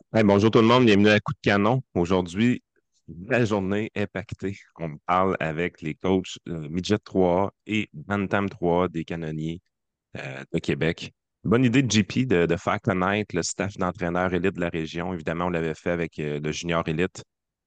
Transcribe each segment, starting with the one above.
Hey, bonjour tout le monde, bienvenue à Coup de canon. Aujourd'hui, la journée est pactée. On parle avec les coachs Midget 3 et Bantam 3 des canonniers de Québec. Bonne idée de JP de faire connaître le staff d'entraîneurs élite de la région. Évidemment, on l'avait fait avec le junior élite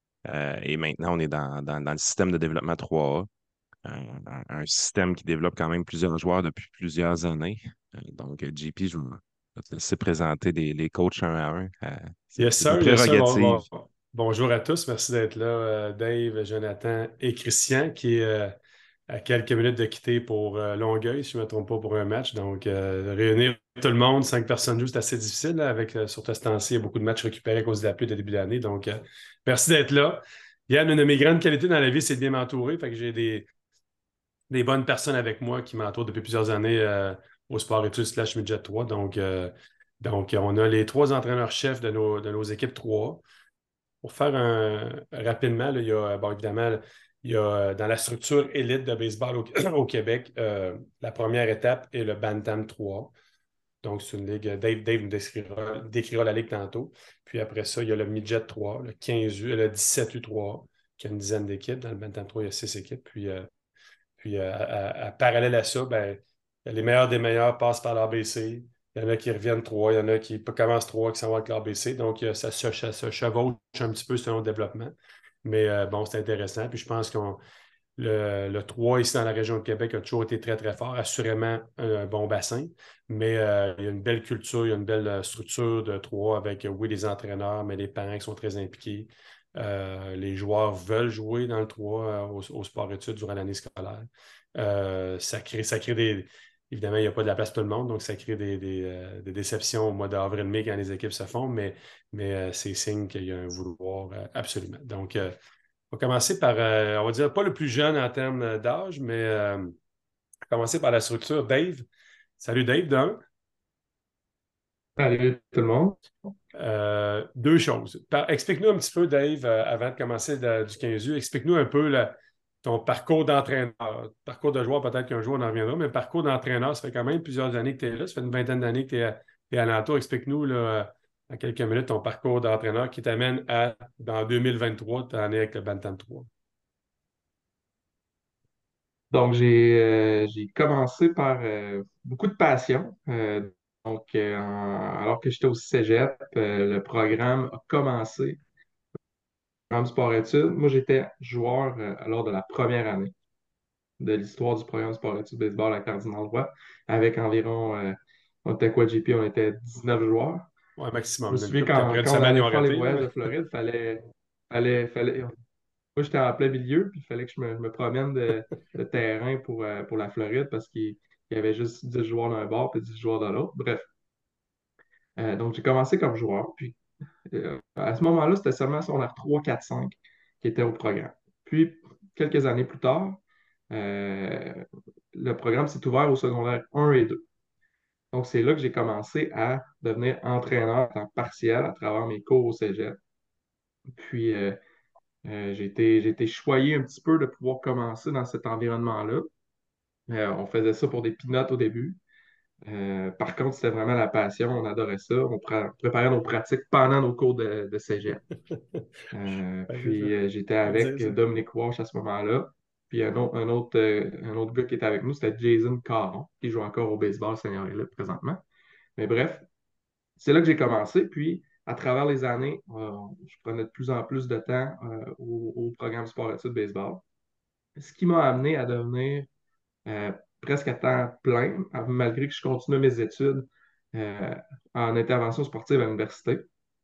et maintenant on est dans le système de développement 3A, un système qui développe quand même plusieurs joueurs depuis plusieurs années. Donc, JP, je vais te laisser présenter les coachs un à un. Yes, C'est tes sir, yes, sir. prérogatives. Bonjour à tous. Merci d'être là, Dave, Jonathan et Christian, qui est à quelques minutes de quitter pour Longueuil, si je ne me trompe pas, pour un match. Donc, réunir tout le monde, 5 personnes juste, c'est assez difficile, là, avec, surtout ce temps-ci, il y a beaucoup de matchs récupérés à cause de la pluie de début d'année. Donc, merci d'être là. Yann, une de mes grandes qualités dans la vie, c'est de bien m'entourer. Fait que j'ai des bonnes personnes avec moi qui m'entourent depuis plusieurs années au sport études slash midget 3. Donc, on a les trois entraîneurs-chefs de nos équipes 3. Pour faire rapidement, là, il y a, bon, évidemment, il y a dans la structure élite de baseball au, au Québec, la première étape est le Bantam 3. Donc, c'est une ligue. Dave nous décrira la ligue tantôt. Puis après ça, il y a le Midget 3, le 15U, le 17U3, qui a une dizaine d'équipes. Dans le Bantam 3, il y a 6 équipes. Puis, parallèle à ça, ben, les meilleurs des meilleurs passent par l'ABC. Il y en a qui reviennent 3, il y en a qui commencent 3, qui s'en vont avec l'ABC. Donc, ça se chevauche un petit peu selon le développement. Mais bon, c'est intéressant. Puis je pense que le 3 ici dans la région de Québec a toujours été très, très fort. Assurément un bon bassin. Mais il y a une belle culture, il y a une belle structure de 3 avec, oui, les entraîneurs, mais les parents qui sont très impliqués. Les joueurs veulent jouer dans le 3 au sport-études durant l'année scolaire. Ça crée des. Évidemment, il n'y a pas de la place pour tout le monde, donc ça crée des déceptions au mois d'avril-mai quand les équipes se font, mais c'est signe qu'il y a un vouloir absolument. Donc, on va commencer par, on va dire, pas le plus jeune en termes d'âge, mais commencer par la structure. Dave. Salut Dave, d'un. Salut tout le monde. Deux choses. Explique-nous un petit peu, Dave, avant de commencer du 15U, explique-nous un peu ton parcours d'entraîneur. Parcours de joueur, peut-être qu'un jour on en reviendra, mais parcours d'entraîneur, ça fait quand même plusieurs années que tu es là, ça fait une vingtaine d'années que tu es à l'entour. Explique-nous là, en quelques minutes ton parcours d'entraîneur qui t'amène à, dans 2023, tu en es avec le Bantam 3. Donc, j'ai commencé par beaucoup de passion. Alors que j'étais au cégep, le programme a commencé, le programme sport-études. Moi, j'étais joueur lors de la première année de l'histoire du programme sport-études baseball à Cardinal-Roi, avec environ, on était quoi, JP? On était 19 joueurs. Ouais, Je me maximum. Une souviens couple, quand, après une quand on semaine, ils allait ont faire les arrêté, là, voyages mais de Floride, fallait, moi, j'étais en plein milieu, puis il fallait que je me promène de terrain pour la Floride parce qu'il y avait juste 10 joueurs d'un bord et 10 joueurs de l'autre. Bref, donc j'ai commencé comme joueur. Puis à ce moment-là, c'était seulement secondaire 3, 4, 5 qui étaient au programme. Puis, quelques années plus tard, euh, le programme s'est ouvert au secondaire 1 et 2. Donc, c'est là que j'ai commencé à devenir entraîneur en temps partiel à travers mes cours au cégep. Puis, j'ai été choyé un petit peu de pouvoir commencer dans cet environnement-là. On faisait ça pour des pinottes au début. Par contre, c'était vraiment la passion. On adorait ça. On préparait nos pratiques pendant nos cours de cégep. fait que Puis, j'étais je veux avec dire ça. Dominique Walsh à ce moment-là. Puis, un autre gars qui était avec nous, c'était Jason Caron, qui joue encore au baseball senior élite présentement. Mais bref, c'est là que j'ai commencé. Puis, à travers les années, je prenais de plus en plus de temps au programme sport-études baseball. Ce qui m'a amené à devenir euh, presque à temps plein, malgré que je continuais mes études euh, en intervention sportive à l'université.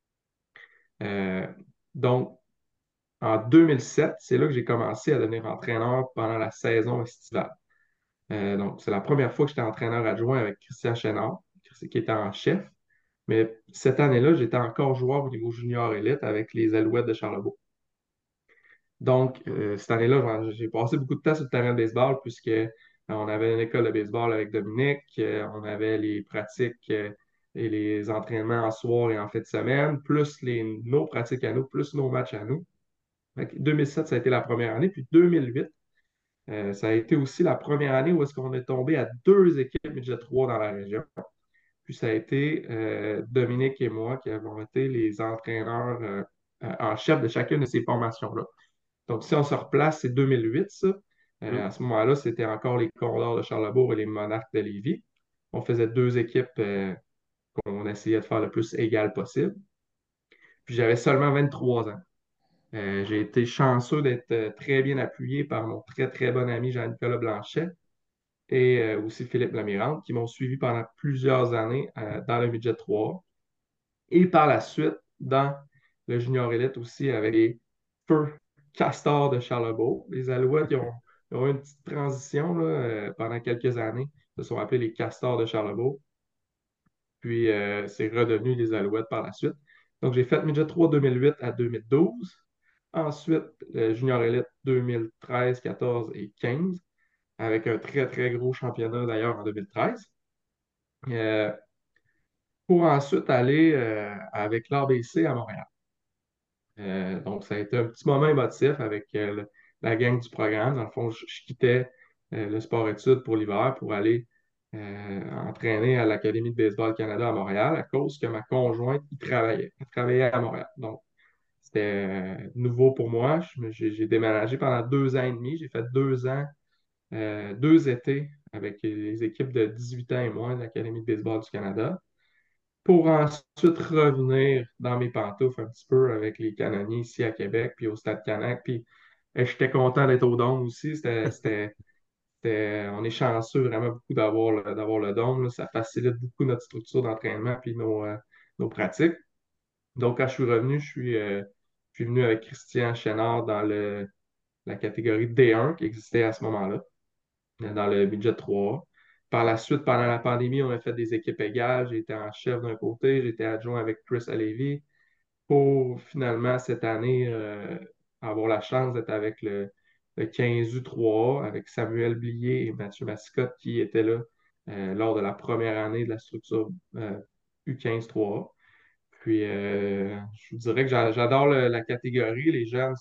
Euh, donc, en 2007, c'est là que j'ai commencé à devenir entraîneur pendant la saison estivale. Donc, c'est la première fois que j'étais entraîneur adjoint avec Christian Chénard, qui était en chef. Mais cette année-là, j'étais encore joueur au niveau junior élite avec les Alouettes de Charlebourg. Donc, cette année-là, j'ai passé beaucoup de temps sur le terrain de baseball puisque on avait une école de baseball avec Dominique, on avait les pratiques et les entraînements en soir et en fin de semaine, plus nos pratiques à nous, plus nos matchs à nous. Fait que 2007, ça a été la première année. Puis 2008, ça a été aussi la première année où est-ce qu'on est tombé à deux équipes midget 3 dans la région. Puis ça a été Dominique et moi qui avons été les entraîneurs en chef de chacune de ces formations-là. Donc, si on se replace, c'est 2008, ça. À ce moment-là, c'était encore les Condors de Charlebourg et les Monarques de Lévis. On faisait deux équipes qu'on essayait de faire le plus égal possible. Puis j'avais seulement 23 ans. J'ai été chanceux d'être très bien appuyé par mon très, très bon ami Jean-Nicolas Blanchet et aussi Philippe Lamirande, qui m'ont suivi pendant plusieurs années dans le midget 3 et par la suite dans le junior élite aussi avec les feux Castors de Charlebourg. Les Alouettes, ils ont eu une petite transition là, pendant quelques années. Ils se sont appelés les Castors de Charlebourg. Puis c'est redevenu les Alouettes par la suite. Donc j'ai fait midget 3 2008 à 2012. Ensuite, junior élite 2013, 14 et 15, avec un très, très gros championnat d'ailleurs en 2013. Euh, pour ensuite aller avec l'ABC à Montréal. Donc, ça a été un petit moment émotif avec la gang du programme. Dans le fond, je quittais le sport-études pour l'hiver pour aller entraîner à l'Académie de baseball Canada à Montréal à cause que ma conjointe y travaillait. Elle travaillait à Montréal. Donc, c'était nouveau pour moi. J'ai déménagé pendant 2 ans et demi. J'ai fait 2 ans, 2 étés avec les équipes de 18 ans et moins de l'Académie de baseball du Canada pour ensuite revenir dans mes pantoufles un petit peu avec les Canoniers ici à Québec, puis au Stade Canac. Puis j'étais content d'être au Dôme aussi. On est chanceux vraiment beaucoup d'avoir le Dôme, là. Ça facilite beaucoup notre structure d'entraînement puis nos pratiques. Donc, quand je suis revenu, je suis venu avec Christian Chénard dans la catégorie D1 qui existait à ce moment-là, dans le budget 3. Par la suite, pendant la pandémie, on a fait des équipes égales. J'étais en chef d'un côté, j'étais adjoint avec Chris à Lévis pour finalement cette année avoir la chance d'être avec le 15U3 avec Samuel Blier et Mathieu Mascotte qui étaient là lors de la première année de la structure U15-3. Puis, je vous dirais que j'adore la catégorie. Les jeunes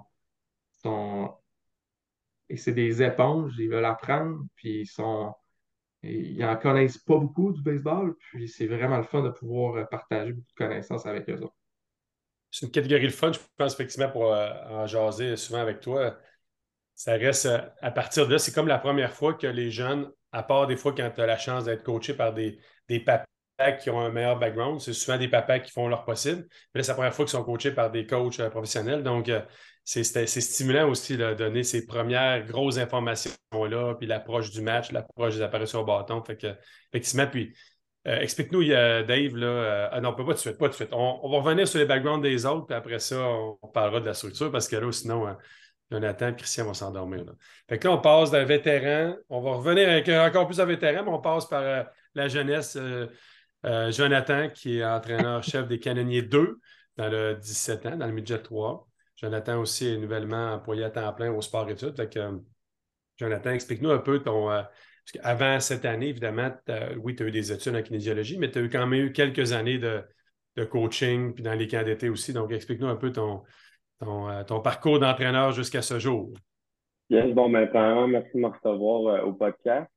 sont et c'est des éponges, ils veulent apprendre, puis ils en connaissent pas beaucoup du baseball, puis c'est vraiment le fun de pouvoir partager beaucoup de connaissances avec eux autres. C'est une catégorie de fun, je pense, effectivement, pour en jaser souvent avec toi. Ça reste, à partir de là, c'est comme la première fois que les jeunes, à part des fois quand tu as la chance d'être coaché par des papas qui ont un meilleur background, c'est souvent des papas qui font leur possible. Mais là, c'est la première fois qu'ils sont coachés par des coachs professionnels. Donc, c'est stimulant aussi de donner ces premières grosses informations-là, puis l'approche du match, l'approche des apparitions au bâton. Fait que, effectivement, puis explique-nous, Dave, là, ah non, pas tout de suite, pas tout de suite. On va revenir sur les backgrounds des autres, puis après ça, on parlera de la structure, parce que là, sinon, Jonathan et Christian vont s'endormir, là. Fait que là, on passe d'un vétéran, on va revenir avec encore plus d'un vétéran, mais on passe par la jeunesse. Jonathan, qui est entraîneur-chef des Canonniers 2 dans le 17 ans, dans le midget 3. Jonathan aussi est nouvellement employé à temps plein au sport-études. Fait que, Jonathan, explique-nous un peu ton. Parce qu'avant cette année, évidemment, oui, tu as eu des études en kinésiologie, mais tu as quand même eu quelques années de coaching, puis dans les camps d'été aussi. Donc, explique-nous un peu ton parcours d'entraîneur jusqu'à ce jour. Yes, bon, ben, premièrement, merci de me recevoir au podcast.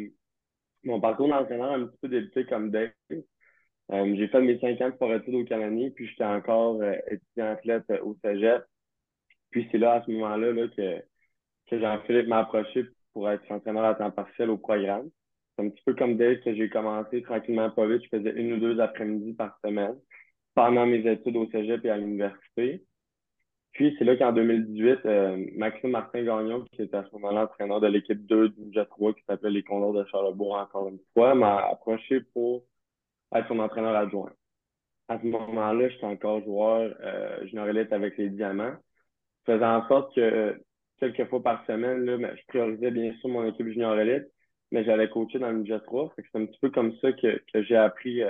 Mon parcours d'entraîneur a un petit peu débuté comme Dave. J'ai fait mes 5 ans de sport-études au Canadien, puis j'étais encore étudiant athlète au Cégep. Puis c'est là, à ce moment-là, là, que Jean-Philippe m'a approché pour être entraîneur à temps partiel au programme. C'est un petit peu comme Dave que j'ai commencé tranquillement pas vite. Je faisais 1 ou 2 après-midi par semaine pendant mes études au Cégep et à l'université. Puis c'est là qu'en 2018, Maxime Martin-Gagnon, qui était à ce moment-là entraîneur de l'équipe 2 du Jet 3, qui s'appelait les Condors de Charlebourg encore une fois, m'a approché pour être son entraîneur adjoint. À ce moment-là, j'étais encore joueur junior élite avec les Diamants. Je faisais en sorte que quelques fois par semaine, là, je priorisais bien sûr mon équipe junior élite, mais j'allais coacher dans le Jet 3. Fait que c'est un petit peu comme ça que j'ai appris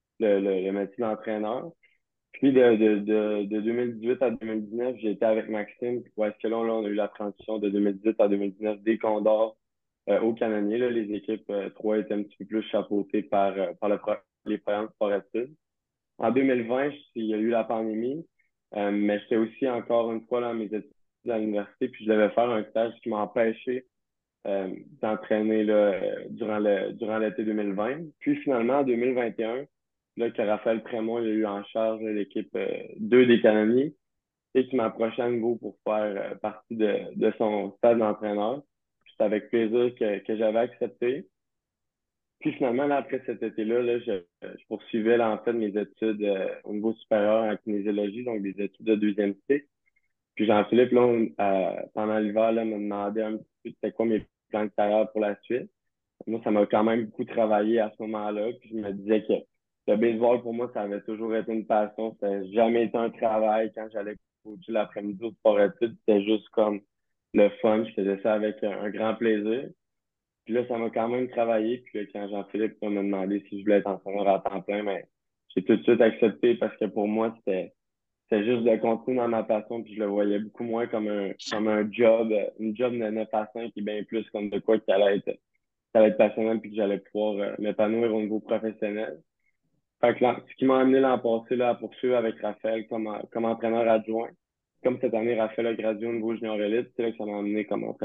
le métier d'entraîneur. Puis de 2018 à 2019, j'ai été avec Maxime. Où est-ce que là, on a eu la transition de 2018 à 2019 des Condors au Canonnier. Là, les équipes 3 étaient un petit peu plus chapeautées par les programmes sportifs. En 2020, il y a eu la pandémie, mais j'étais aussi encore une fois là à mes études à l'université, puis je devais faire un stage qui m'a empêché d'entraîner là, durant l'été 2020. Puis finalement, en 2021, là, que Raphaël Prémont il a eu en charge l'équipe 2 des Canoniers et qui m'approchait à nouveau pour faire partie de son stade d'entraîneur. C'est avec plaisir que j'avais accepté. Puis finalement, là, après cet été-là, là, je poursuivais là, en fait mes études au niveau supérieur en kinésiologie, donc des études de deuxième cycle. Puis Jean-Philippe, là, pendant l'hiver, là, me demandait un petit peu c'était quoi mes plans de carrière pour la suite. Moi, ça m'a quand même beaucoup travaillé à ce moment-là. Puis je me disais que le baseball, pour moi, ça avait toujours été une passion. Ça n'a jamais été un travail. Quand j'allais coacher l'après-midi au sport-études, c'était juste comme le fun. Je faisais ça avec un grand plaisir. Puis là, ça m'a quand même travaillé. Puis là, quand Jean-Philippe m'a demandé si je voulais être entraîneur à temps plein, mais j'ai tout de suite accepté parce que pour moi, c'était juste de continuer dans ma passion, puis je le voyais beaucoup moins comme un job, une job de 9 à 5 et bien plus comme de quoi ça allait être passionnant puis que j'allais pouvoir m'épanouir au niveau professionnel. Fait que ce qui m'a amené l'an passé là, à poursuivre avec Raphaël comme entraîneur adjoint. Comme cette année, Raphaël a gradué au niveau junior élite, c'est là que ça m'a amené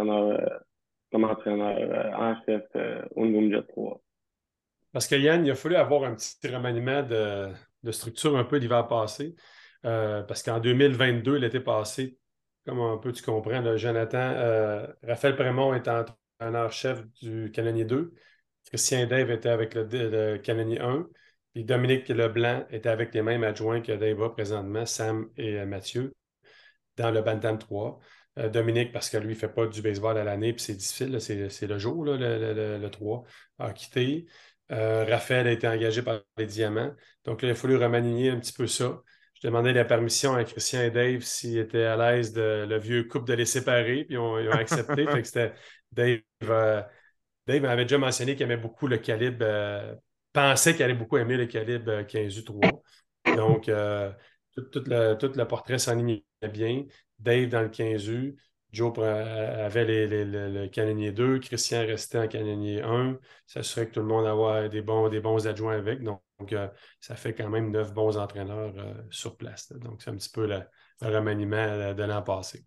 comme entraîneur en chef au niveau midget 3. Parce que Yann, il a fallu avoir un petit remaniement de structure un peu l'hiver passé. Parce qu'en 2022, l'été passé, comme un peu tu comprends, là, Jonathan, Raphaël Prémont était entraîneur-chef du Canonnier 2. Christian Dave était avec le Canonnier 1. Puis Dominique Leblanc était avec les mêmes adjoints que Dave a présentement, Sam et Mathieu, dans le Bantam 3. Dominique, parce que lui, il ne fait pas du baseball à l'année, puis c'est difficile, là, c'est le jour, là, le 3, a quitté. Raphaël a été engagé par les Diamants. Donc là, il a fallu remanier un petit peu ça. Je demandais la permission à Christian et Dave s'ils étaient à l'aise de le vieux couple de les séparer, puis ils ont accepté. Fait que c'était Dave. Dave avait déjà mentionné qu'il aimait beaucoup le calibre, pensait qu'il allait beaucoup aimer le calibre 15U3. Donc, tout le portrait s'enlignait bien. Dave dans le 15U, Joe avait le canonnier 2, Christian restait en canonnier 1. Ça serait que tout le monde avait des bons adjoints avec. Donc, ça fait quand même 9 bons entraîneurs sur place. Là. Donc, c'est un petit peu le remaniement de l'an passé.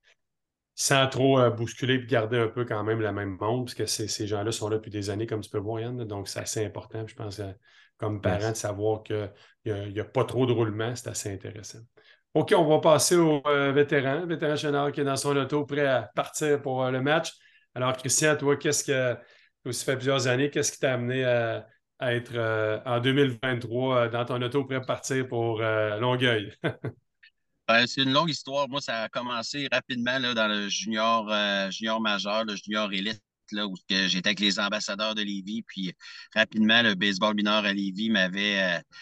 Sans trop bousculer et garder un peu quand même la même monde, parce que ces gens-là sont là depuis des années, comme tu peux voir, Yann. Donc, c'est assez important, je pense, comme parent, de savoir qu'il n'y a pas trop de roulement. C'est assez intéressant. OK, on va passer au vétéran Chenard qui est dans son auto, prêt à partir pour le match. Alors, Christian, toi, tu as aussi fait plusieurs années, qu'est-ce qui t'a amené à être en 2023 dans ton auto, prêt à partir pour Longueuil? C'est une longue histoire. Moi, ça a commencé rapidement là, dans le junior majeur, le junior élite, là, où j'étais avec les ambassadeurs de Lévis. Puis rapidement, le baseball mineur à Lévis m'avait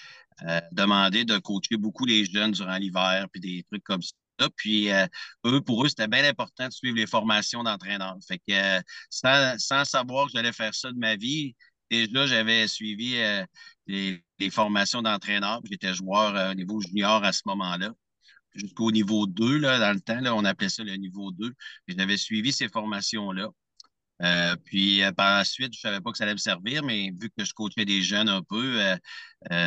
demandé de coacher beaucoup les jeunes durant l'hiver, puis des trucs comme ça. Puis pour eux, c'était bien important de suivre les formations d'entraîneurs. Fait que sans savoir que j'allais faire ça de ma vie, déjà, j'avais suivi les formations d'entraîneurs. J'étais joueur au niveau junior à ce moment-là jusqu'au niveau 2, là, dans le temps, là, on appelait ça le niveau 2. Et j'avais suivi ces formations-là. Puis par la suite, je ne savais pas que ça allait me servir, mais vu que je coachais des jeunes un peu, euh,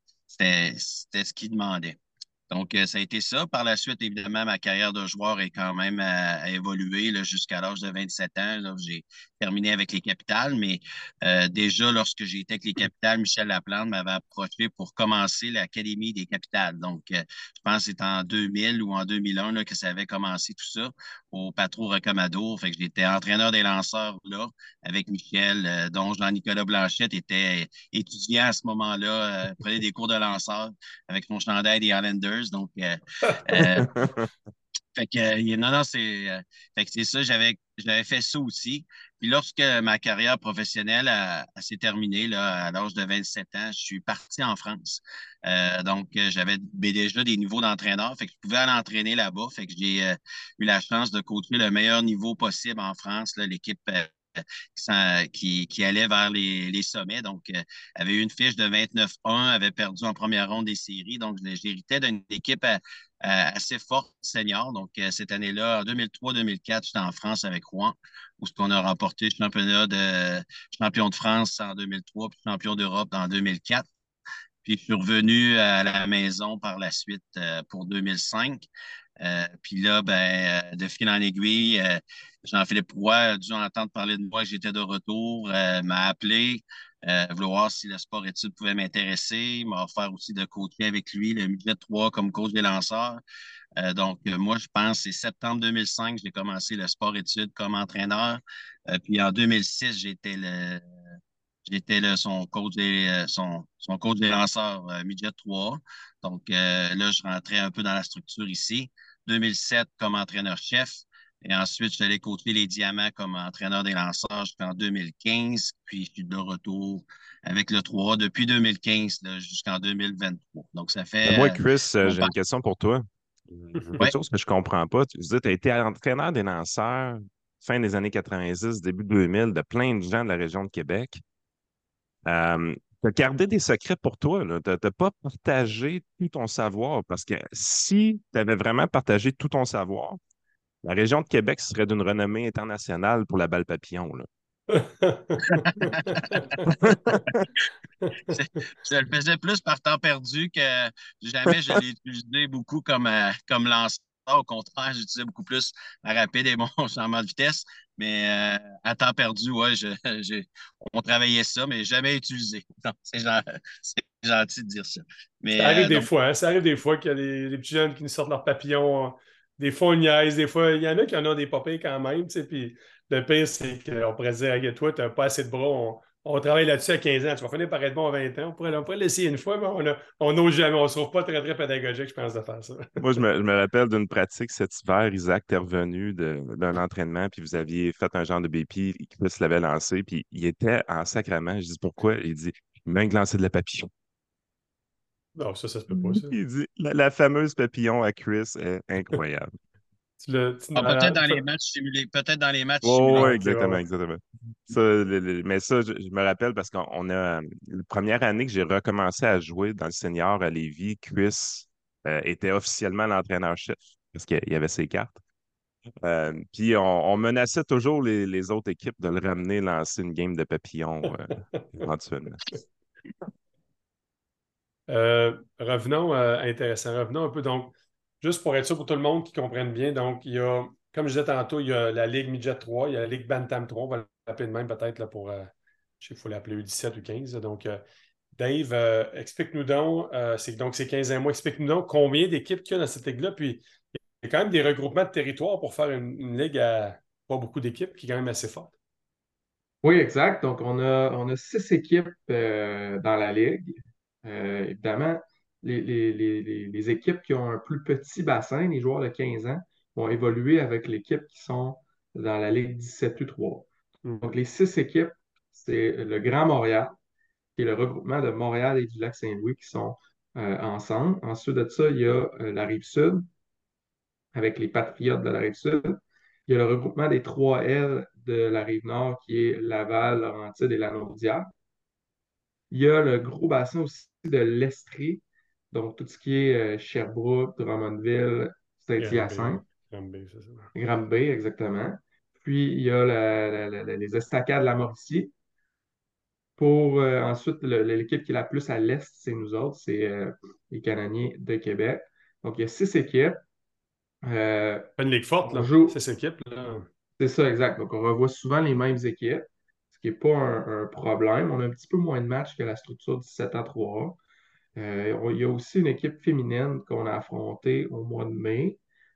c'était ce qu'ils demandaient. Donc, ça a été ça. Par la suite, évidemment, ma carrière de joueur est quand même à évoluer là, jusqu'à l'âge de 27 ans. Là, j'ai terminé avec les Capitales, mais déjà, lorsque j'étais avec les Capitales, Michel Laplante m'avait approché pour commencer l'Académie des Capitales. Donc, je pense que c'est en 2000 ou en 2001 là, que ça avait commencé tout ça au Patro Rocamadour. Fait que j'étais entraîneur des lanceurs là avec Michel, dont Jean-Nicolas Blanchette était étudiant à ce moment-là, prenait des cours de lanceur avec son chandail des Islanders. Donc, euh, fait que, non, non, fait que c'est ça, j'avais fait ça aussi. Puis lorsque ma carrière professionnelle s'est terminée, là, à l'âge de 27 ans, je suis parti en France. Donc, j'avais déjà des niveaux d'entraîneur, fait que je pouvais aller entraîner là-bas. Fait que j'ai eu la chance de coacher le meilleur niveau possible en France, là, l'équipe qui allait vers les sommets. Donc, avait eu une fiche de 29-1, avait perdu en première ronde des séries. Donc, j'héritais d'une équipe assez forte senior. Donc, cette année-là, en 2003-2004, j'étais en France avec Rouen, où on a remporté le championnat de champion de France en 2003, puis champion d'Europe en 2004. Puis je suis revenu à la maison par la suite pour 2005. Puis là, de fil en aiguille, Jean-Philippe Roy a dû entendre parler de moi que j'étais de retour, m'a appelé, vouloir si le sport-études pouvait m'intéresser. Il m'a offert aussi de coacher avec lui le midget 3 comme coach des lanceurs. Moi, je pense que c'est septembre 2005 que j'ai commencé le sport-études comme entraîneur. Puis en 2006, son coach son coach des lanceurs midget 3. Là, je rentrais un peu dans la structure ici. 2007 comme entraîneur-chef. Et ensuite, je suis allé coacher les Diamants comme entraîneur des lanceurs jusqu'en 2015. Puis, je suis de retour avec le 3 depuis 2015 là, jusqu'en 2023. Donc, ça Mais fait moi, Chris, mon j'ai une parcours. question pour toi. Ouais. Quelque chose que je comprends pas. Tu as été entraîneur des lanceurs fin des années 90, début 2000, de plein de gens de la région de Québec. Tu as gardé des secrets pour toi. Tu n'as pas partagé tout ton savoir parce que si tu avais vraiment partagé tout ton savoir, la région de Québec serait d'une renommée internationale pour la balle papillon, là. Je le faisais plus par temps perdu que jamais je l'ai utilisé beaucoup comme lanceur. Au contraire, j'utilisais beaucoup plus ma rapide et mon changement de vitesse. Mais à temps perdu, ouais, on travaillait ça, mais jamais utilisé. Donc, c'est gentil de dire ça. Ça Mais arrive des donc, fois, hein. Ça arrive des fois qu'il y a des petits jeunes qui nous sortent leurs papillons. Des fois, on niaise. Des fois, il y en a qui en ont des papiers quand même. Tu sais, puis le pire, c'est qu'on pourrait dire, regarde, toi, tu n'as pas assez de bras. On travaille là-dessus à 15 ans. Tu vas finir par être bon à 20 ans. On pourrait l'essayer une fois, mais on n'ose jamais. On ne se trouve pas très, très pédagogique, je pense, de faire ça. Moi, je me rappelle d'une pratique cet hiver. Isaac, t'es revenu d'un entraînement, puis vous aviez fait un genre de BP, Chris l'avait lancé, puis il était en sacrament. Je dis pourquoi? Il dit, il m'a lancé de la papillon. Non, ça se peut pas, ça. Il dit, la fameuse papillon à Chris est incroyable. peut-être dans les matchs simulés, peut-être dans les matchs Oh, simulés. ouais, Ah, ok, ouais, exactement, ouais. exactement. Ça, mais ça, je me rappelle parce qu'on a, la première année que j'ai recommencé à jouer dans le senior à Lévis, Chris était officiellement l'entraîneur-chef parce qu'il y avait ses cartes. Puis on menaçait toujours les autres équipes de le ramener lancer une game de papillon éventuellement. Revenons, intéressant. Revenons un peu. Donc, juste pour être sûr pour tout le monde qui comprenne bien, donc, il y a, comme je disais tantôt, il y a la Ligue Midget 3, il y a la Ligue Bantam 3, on va l'appeler de même peut-être là, pour, je sais qu'il faut l'appeler U17 ou 15. Donc, Dave, explique-nous donc, c'est 15 mois, explique-nous donc combien d'équipes qu'il y a dans cette ligue-là. Puis, il y a quand même des regroupements de territoires pour faire une ligue à pas beaucoup d'équipes qui est quand même assez forte. Oui, exact. Donc, on a 6 équipes dans la ligue. Évidemment, les équipes qui ont un plus petit bassin, les joueurs de 15 ans, vont évoluer avec l'équipe qui sont dans la Ligue 17U3. Donc, les 6 équipes, c'est le Grand Montréal, qui est le regroupement de Montréal et du Lac-Saint-Louis qui sont ensemble. Ensuite de ça, il y a la Rive-Sud, avec les Patriotes de la Rive-Sud. Il y a le regroupement des 3L de la Rive-Nord, qui est Laval, Laurentide et Lanaudière. Il y a le gros bassin aussi de l'Estrie, donc tout ce qui est Sherbrooke, Drummondville, Granby, Saint-Hyacinthe, Granby, c'est ça. Granby, exactement. Puis il y a les Estacades de la Mauricie. Pour ensuite, l'équipe qui est la plus à l'est, c'est nous autres, c'est les Canadiens de Québec. Donc il y a 6 équipes. Pas une ligue forte, On là. joue, C'est cette équipe-là. c'est ça, exact. Donc on revoit souvent les mêmes équipes, ce qui n'est pas un problème. On a un petit peu moins de matchs que la structure 17 à 3. Il y a aussi une équipe féminine qu'on a affrontée au mois de mai.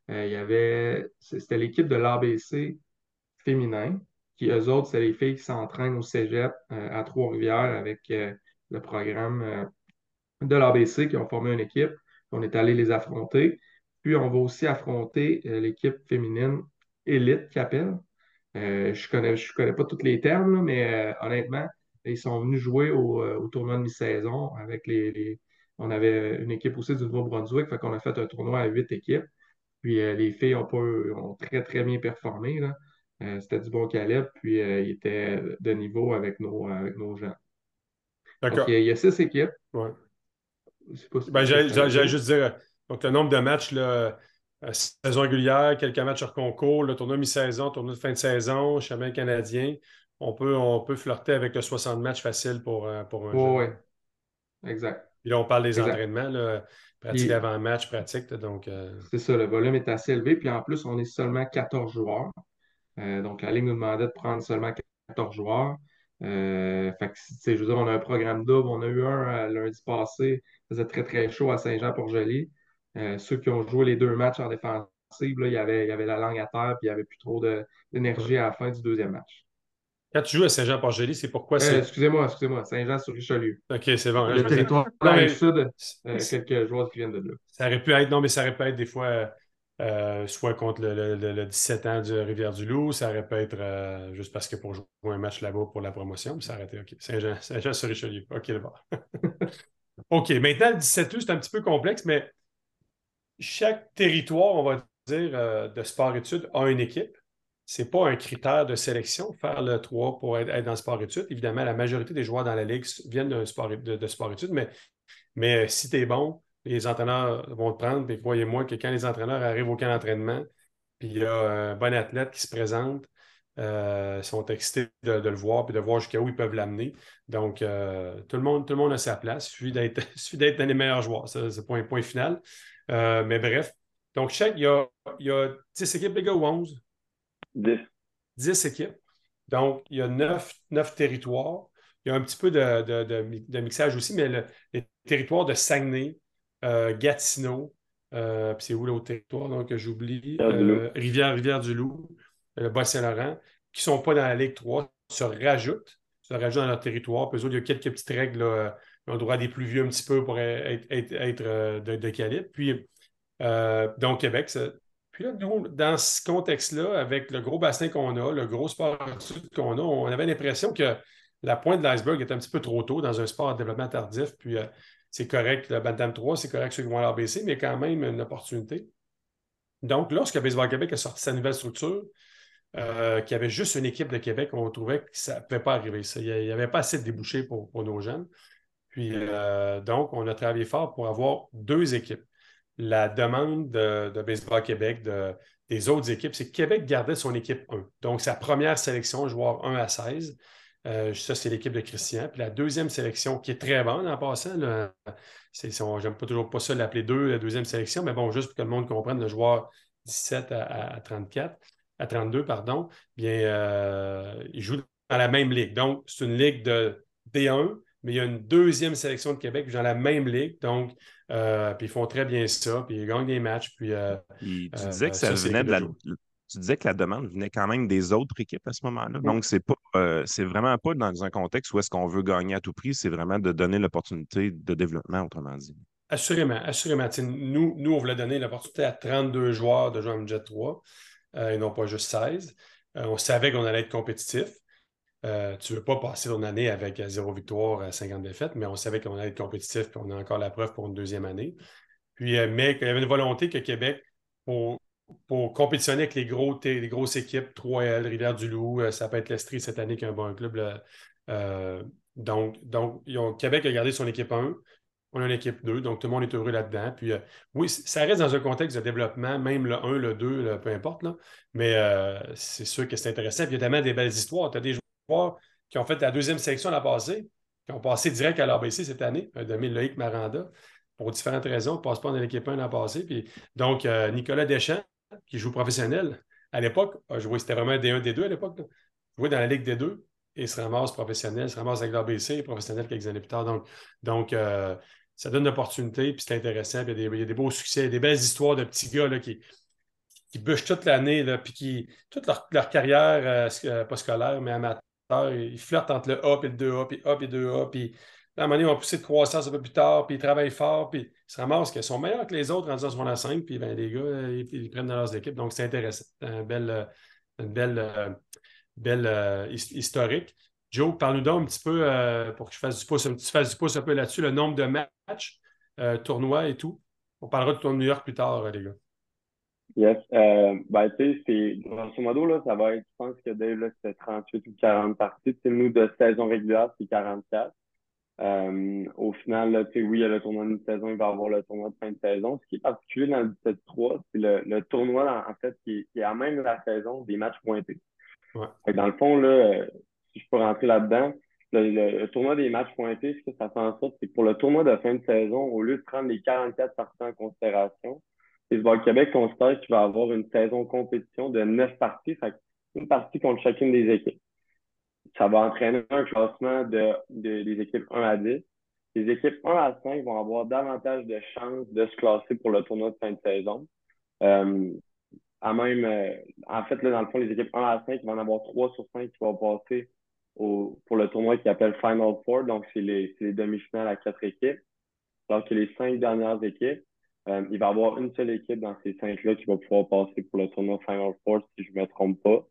C'était l'équipe de l'ABC féminin, qui eux autres, c'est les filles qui s'entraînent au cégep à Trois-Rivières avec le programme de l'ABC qui ont formé une équipe. On est allé les affronter. Puis on va aussi affronter l'équipe féminine élite qui appelle. Je connais pas tous les termes, là, mais honnêtement, ils sont venus jouer au tournoi de mi-saison avec On avait une équipe aussi du Nouveau-Brunswick, fait qu'on a fait un tournoi à 8 équipes. Puis les filles ont très, très bien performé, là. C'était du bon calibre, puis ils étaient de niveau avec nos gens. Donc, il D'accord. y a 6 équipes. Ouais. Je sais pas si tu Ben, as quelque chose à j'allais dire. juste dire, donc le nombre de matchs, là, saison régulière, quelques matchs hors concours, le tournoi mi-saison, tournoi de fin de saison, championnat canadien, on peut flirter avec le 60 matchs facile pour un Oui, jeune. oui, exact. Puis là, on parle des Exact. entraînements, là, pratique Puis, avant-match, pratique. Donc, c'est ça, le volume est assez élevé. Puis en plus, on est seulement 14 joueurs. Donc, la Ligue nous demandait de prendre seulement 14 joueurs. Fait que, tu sais, je veux dire, on a un programme double. On a eu un lundi passé. Il faisait très, très chaud à Saint-Jean-Port-Joli. Ceux qui ont joué les 2 matchs en défensive, là, il y avait la langue à terre, puis il n'y avait plus trop d'énergie à la fin du deuxième match. quand tu joues à Saint-Jean-Port-Joli, c'est pourquoi c'est. Excusez-moi, Saint-Jean-sur-Richelieu. OK, c'est bon. Là, Le je me disais. territoire de Non, la mais Rive-Sud, c- quelques joueurs qui viennent de là. ça aurait pu être. Non, mais ça aurait pu être des fois soit contre le 17 ans du Rivière-du-Loup, ça aurait pu être juste parce que pour jouer un match là-bas pour la promotion, puis ça aurait été OK. Saint-Jean-sur-Richelieu. OK, d'abord. OK, maintenant, le 17 août, c'est un petit peu complexe, mais chaque territoire, on va dire, de sport-études a une équipe. Ce n'est pas un critère de sélection, faire le 3 pour être dans le sport-études. Évidemment, la majorité des joueurs dans la Ligue viennent de sport-études, mais si tu es bon, les entraîneurs vont te prendre. Puis croyez-moi que quand les entraîneurs arrivent au camp d'entraînement, puis il y a un bon athlète qui se présente, ils sont excités de le voir puis de voir jusqu'à où ils peuvent l'amener. Donc, tout le monde a sa place. Il suffit d'être dans les meilleurs joueurs. Ça, c'est point final. Mais bref. Donc, il y a 10 équipes, les gars, ou 11? 10. 10 équipes. Donc, il y a 9 territoires. Il y a un petit peu de mixage aussi, mais les territoires de Saguenay, Gatineau, puis c'est où l'autre territoire donc, que j'oublie? Rivière-du-Loup. Rivière-du-Loup, le Bas-Saint-Laurent, qui ne sont pas dans la Ligue 3, se rajoutent dans leur territoire. Puis eux autres, il y a quelques petites règles. Là, ils ont le droit des plus vieux un petit peu pour être de calibre. Puis, donc, Québec, puis là, nous, dans ce contexte-là, avec le gros bassin qu'on a, le gros sport qu'on a, on avait l'impression que la pointe de l'iceberg était un petit peu trop tôt dans un sport à développement tardif. Puis c'est correct, le Bantam 3, c'est correct ceux qui vont à l'ABC, mais quand même une opportunité. Donc, lorsque Baseball Québec a sorti sa nouvelle structure, qu'il y avait juste une équipe de Québec, on trouvait que ça ne pouvait pas arriver. Il n'y avait pas assez de débouchés pour nos jeunes. Puis, donc, on a travaillé fort pour avoir 2 équipes. La demande de Baseball Québec, des autres équipes, c'est que Québec gardait son équipe 1. Donc, sa première sélection, joueur 1 à 16. Ça, c'est l'équipe de Christian. Puis la deuxième sélection, qui est très bonne en passant, j'aime pas toujours pas ça l'appeler 2, la deuxième sélection, mais bon, juste pour que le monde comprenne, le joueur 17 à 34, à 32, pardon, bien, il joue dans la même ligue. Donc, c'est une ligue de D1, mais il y a une deuxième sélection de Québec dans la même ligue. Donc, puis ils font très bien ça, puis ils gagnent des matchs. Puis Puis tu disais que ça ça, c'est venait l'équipe de de jour. tu disais que la demande venait quand même des autres équipes à ce moment-là. Oui, Donc, c'est vraiment pas dans un contexte où est-ce qu'on veut gagner à tout prix, c'est vraiment de donner l'opportunité de développement, autrement dit. assurément, assurément. Nous, on voulait donner l'opportunité à 32 joueurs de jouer en Midget 3 et non pas juste 16. On savait qu'on allait être compétitif. Tu ne veux pas passer ton année avec 0 victoire, 50 défaites, mais on savait qu'on allait être compétitif, puis on a encore la preuve pour une deuxième année. Puis, mais qu'il y avait une volonté que Québec, pour, pour compétitionner avec les grosses équipes, 3L, Rivière-du-Loup, ça peut être l'Estrie cette année qui est un bon club. Là. Euh, donc Québec a gardé son équipe 1, on a une équipe 2, donc tout le monde est heureux là-dedans. Puis oui, ça reste dans un contexte de développement, même le 1, le 2, peu importe, là. Mais c'est sûr que c'est intéressant. Puis il y a tellement des belles histoires. Tu as des joueurs qui ont fait la deuxième sélection l'an passé, qui ont passé direct à l'ABC cette année, de Loïc Maranda pour différentes raisons, ne passe pas dans l'équipe 1 l'an passé. Puis, donc, Nicolas Deschamps, qui joue professionnel, à l'époque, a joué, c'était vraiment un D1, D2 à l'époque, là. Jouait dans la Ligue D2 et se ramasse professionnel, se ramasse avec l'ABC, professionnel quelques années plus tard. Donc ça donne l'opportunité, puis c'est intéressant. Puis il y a des beaux succès, des belles histoires de petits gars là, qui bûchent toute l'année, là, puis toute leur carrière, pas scolaire, mais amateur, ils flirtent entre le A et le 2A, puis A et 2A, puis à un moment donné, ils vont pousser de croissance un peu plus tard, puis ils travaillent fort, puis ils se ramassent qu'ils sont meilleurs que les autres en disant la 5, puis ben, les gars, ils prennent dans leurs équipes. Donc, c'est intéressant. C'est une belle historique. Joe, parle-nous donc un petit peu, pour que tu fasses du pouce un peu là-dessus, le nombre de matchs, tournois et tout. On parlera de ton New York plus tard, les gars. Yes. Ben, tu sais, c'est, grosso modo, là, ça va être, je pense que Dave, là, c'était 38 ou 40 parties. Tu sais, nous, de saison régulière, c'est 44. Au final, là, tu sais, oui, il y a le tournoi de mi-saison, il va y avoir le tournoi de fin de saison. Ce qui est particulier dans le 17-3, c'est le tournoi, en fait, qui est à même la saison des matchs pointés. Ouais. Fait que dans le fond, là, si je peux rentrer là-dedans, le tournoi des matchs pointés, ce que ça fait en sorte, c'est que pour le tournoi de fin de saison, au lieu de prendre les 44 parties en considération, Baseball Québec considère qu'il va avoir une saison compétition de 9 parties, fait une partie contre chacune des équipes. Ça va entraîner un classement des équipes 1 à 10. Les équipes 1 à 5 vont avoir davantage de chances de se classer pour le tournoi de fin de saison. Euh, En fait, là, dans le fond, les équipes 1 à 5, il va en avoir 3 sur 5 qui vont passer pour le tournoi qui s'appelle Final Four. Donc, c'est les demi-finales à 4 équipes. Alors que les 5 dernières équipes, il va y avoir une seule équipe dans ces 5-là qui va pouvoir passer pour le tournoi Final Four, si je ne me trompe pas.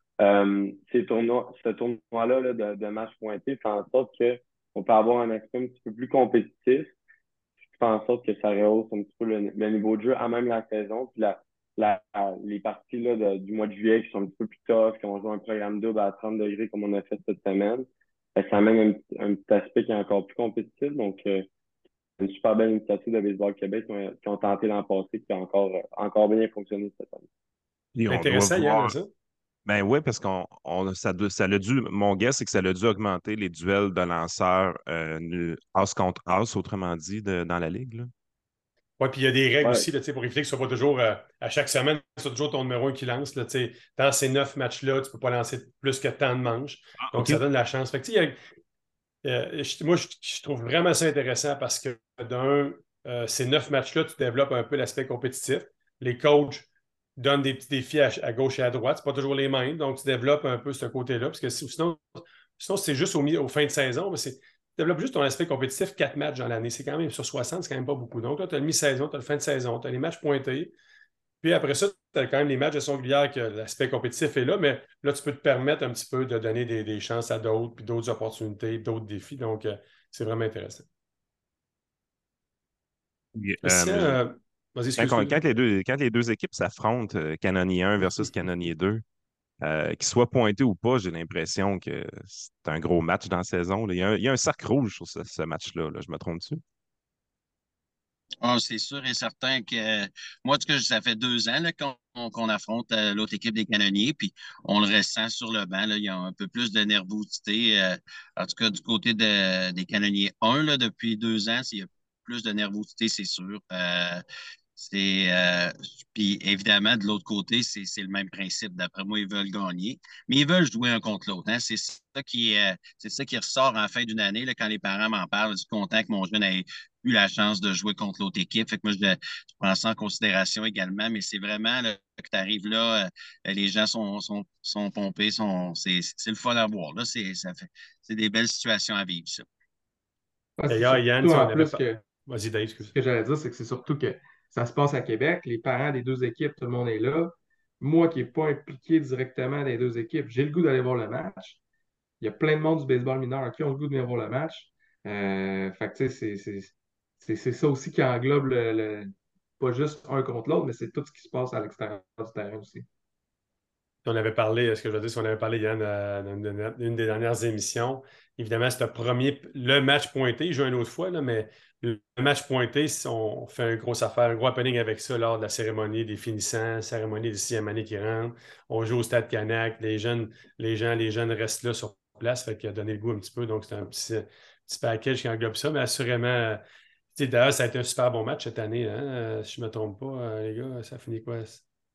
Ce tournoi-là là, de match pointé fait en sorte qu'on peut avoir un aspect un petit peu plus compétitif, ce qui fait en sorte que ça rehausse un petit peu le niveau de jeu à même la saison. Puis les parties là, du mois de juillet qui sont un petit peu plus tough, qui ont joué un programme double à 30 degrés comme on a fait cette semaine, ça amène un petit aspect qui est encore plus compétitif. Donc, une super belle initiative de Baseball Québec qui ont tenté l'an passé, qui a encore bien fonctionné cette année. Et C'est on doit intéressant, Yann, voir. ça. Ben oui, parce ça l'a dû. Mon guess, c'est que ça a dû augmenter les duels de lanceurs as contre as, autrement dit, dans la ligue, là. Oui, puis il y a des règles Ouais, aussi là, pour éviter que ce soit pas toujours à chaque semaine, c'est toujours ton numéro 1 qui lance. Là, dans ces 9 matchs-là, tu ne peux pas lancer plus que tant de manches. Ah, Donc, OK. ça donne la chance. Fait que, moi, je trouve vraiment ça intéressant parce que ces 9 matchs-là, tu développes un peu l'aspect compétitif. Les coachs donnent des petits défis à gauche et à droite. Ce pas toujours les mêmes. Donc, tu développes un peu ce côté-là. Parce que sinon c'est juste au fin de saison, mais tu développes juste ton aspect compétitif 4 matchs dans l'année. C'est quand même sur 60, c'est quand même pas beaucoup. Donc, là, tu as le mi-saison, tu as le fin de saison, tu as les matchs pointés. Puis après ça, tu as quand même les matchs de saison régulière que l'aspect compétitif est là, mais là, tu peux te permettre un petit peu de donner des chances à d'autres, puis d'autres opportunités, d'autres défis. Donc, c'est vraiment intéressant. Puis, Christian, vas-y, excuse. quand les deux équipes s'affrontent, Canonnier 1 versus Canonnier 2, qu'ils soient pointés ou pas, j'ai l'impression que c'est un gros match dans la saison, là. Il y a un cercle rouge sur ce match-là, là. Je me trompe-tu? Ah, c'est sûr et certain que moi, ça fait 2 ans là, qu'on affronte l'autre équipe des Canonniers, puis on le ressent sur le banc. Là, il y a un peu plus de nervosité. En tout cas, du côté des Canonniers 1, là, depuis 2 ans, il y a plus de nervosité, c'est sûr. C'est, euh, Puis évidemment, de l'autre côté, c'est le même principe. D'après moi, ils veulent gagner, mais ils veulent jouer un contre l'autre, hein. C'est ça qui ressort en fin d'une année, là, quand les parents m'en parlent. Je suis content que mon jeune ait eu la chance de jouer contre l'autre équipe. Fait que moi, je prends ça en considération également, mais c'est vraiment là, que tu arrives là, les gens sont pompés, c'est le fun à voir. Là, c'est des belles situations à vivre, ça. Ouais, c'est D'ailleurs, Yann, surtout on en avait plus pas. que Vas-y, Dave, ce excuse. que j'allais dire, c'est que c'est surtout que ça se passe à Québec. Les parents des deux équipes, tout le monde est là. Moi qui n'ai pas impliqué directement dans les deux équipes, j'ai le goût d'aller voir le match. Il y a plein de monde du baseball mineur qui ont le goût de venir voir le match. Fait que, tu sais, c'est ça aussi qui englobe pas juste un contre l'autre, mais c'est tout ce qui se passe à l'extérieur du terrain aussi. On avait parlé, ce que je veux dire, si on avait parlé, Yann, dans une des dernières émissions. Évidemment, c'est le match pointé. Je joue une autre fois, là, mais le match pointé, on fait une grosse affaire, un gros happening avec ça lors de la cérémonie des finissants, cérémonie des 6e années qui rentrent. On joue au Stade Canac. Les jeunes restent là sur place, fait qu'il a donné le goût un petit peu. Donc, c'est un petit package qui englobe ça, mais assurément, d'ailleurs, ça a été un super bon match cette année, hein? Si je ne me trompe pas, les gars, ça finit quoi?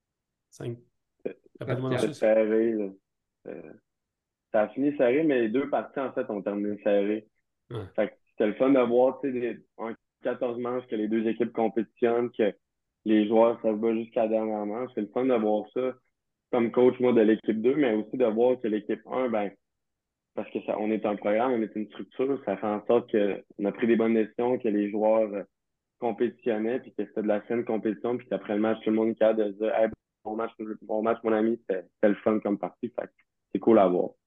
5. Rappelle-moi dans 4-4. ça. c'était serré, là. Euh, Ça a fini serré, mais les deux parties, en fait, ont terminé serrées. Ouais. Fait que c'était le fun de voir, tu sais, en 14 manches que les deux équipes compétitionnent, que les joueurs ça se bat jusqu'à la dernière manche. C'est le fun de voir ça comme coach, moi, de l'équipe 2, mais aussi de voir que l'équipe 1, ben, parce que on est un programme, on est une structure, ça fait en sorte qu'on a pris des bonnes décisions, que les joueurs compétitionnaient, puis que c'était de la saine compétition, puis qu'après le match, tout le monde est capable de se dire, hey, bon match, mon ami, c'était le fun comme partie. Fait que c'est cool à voir.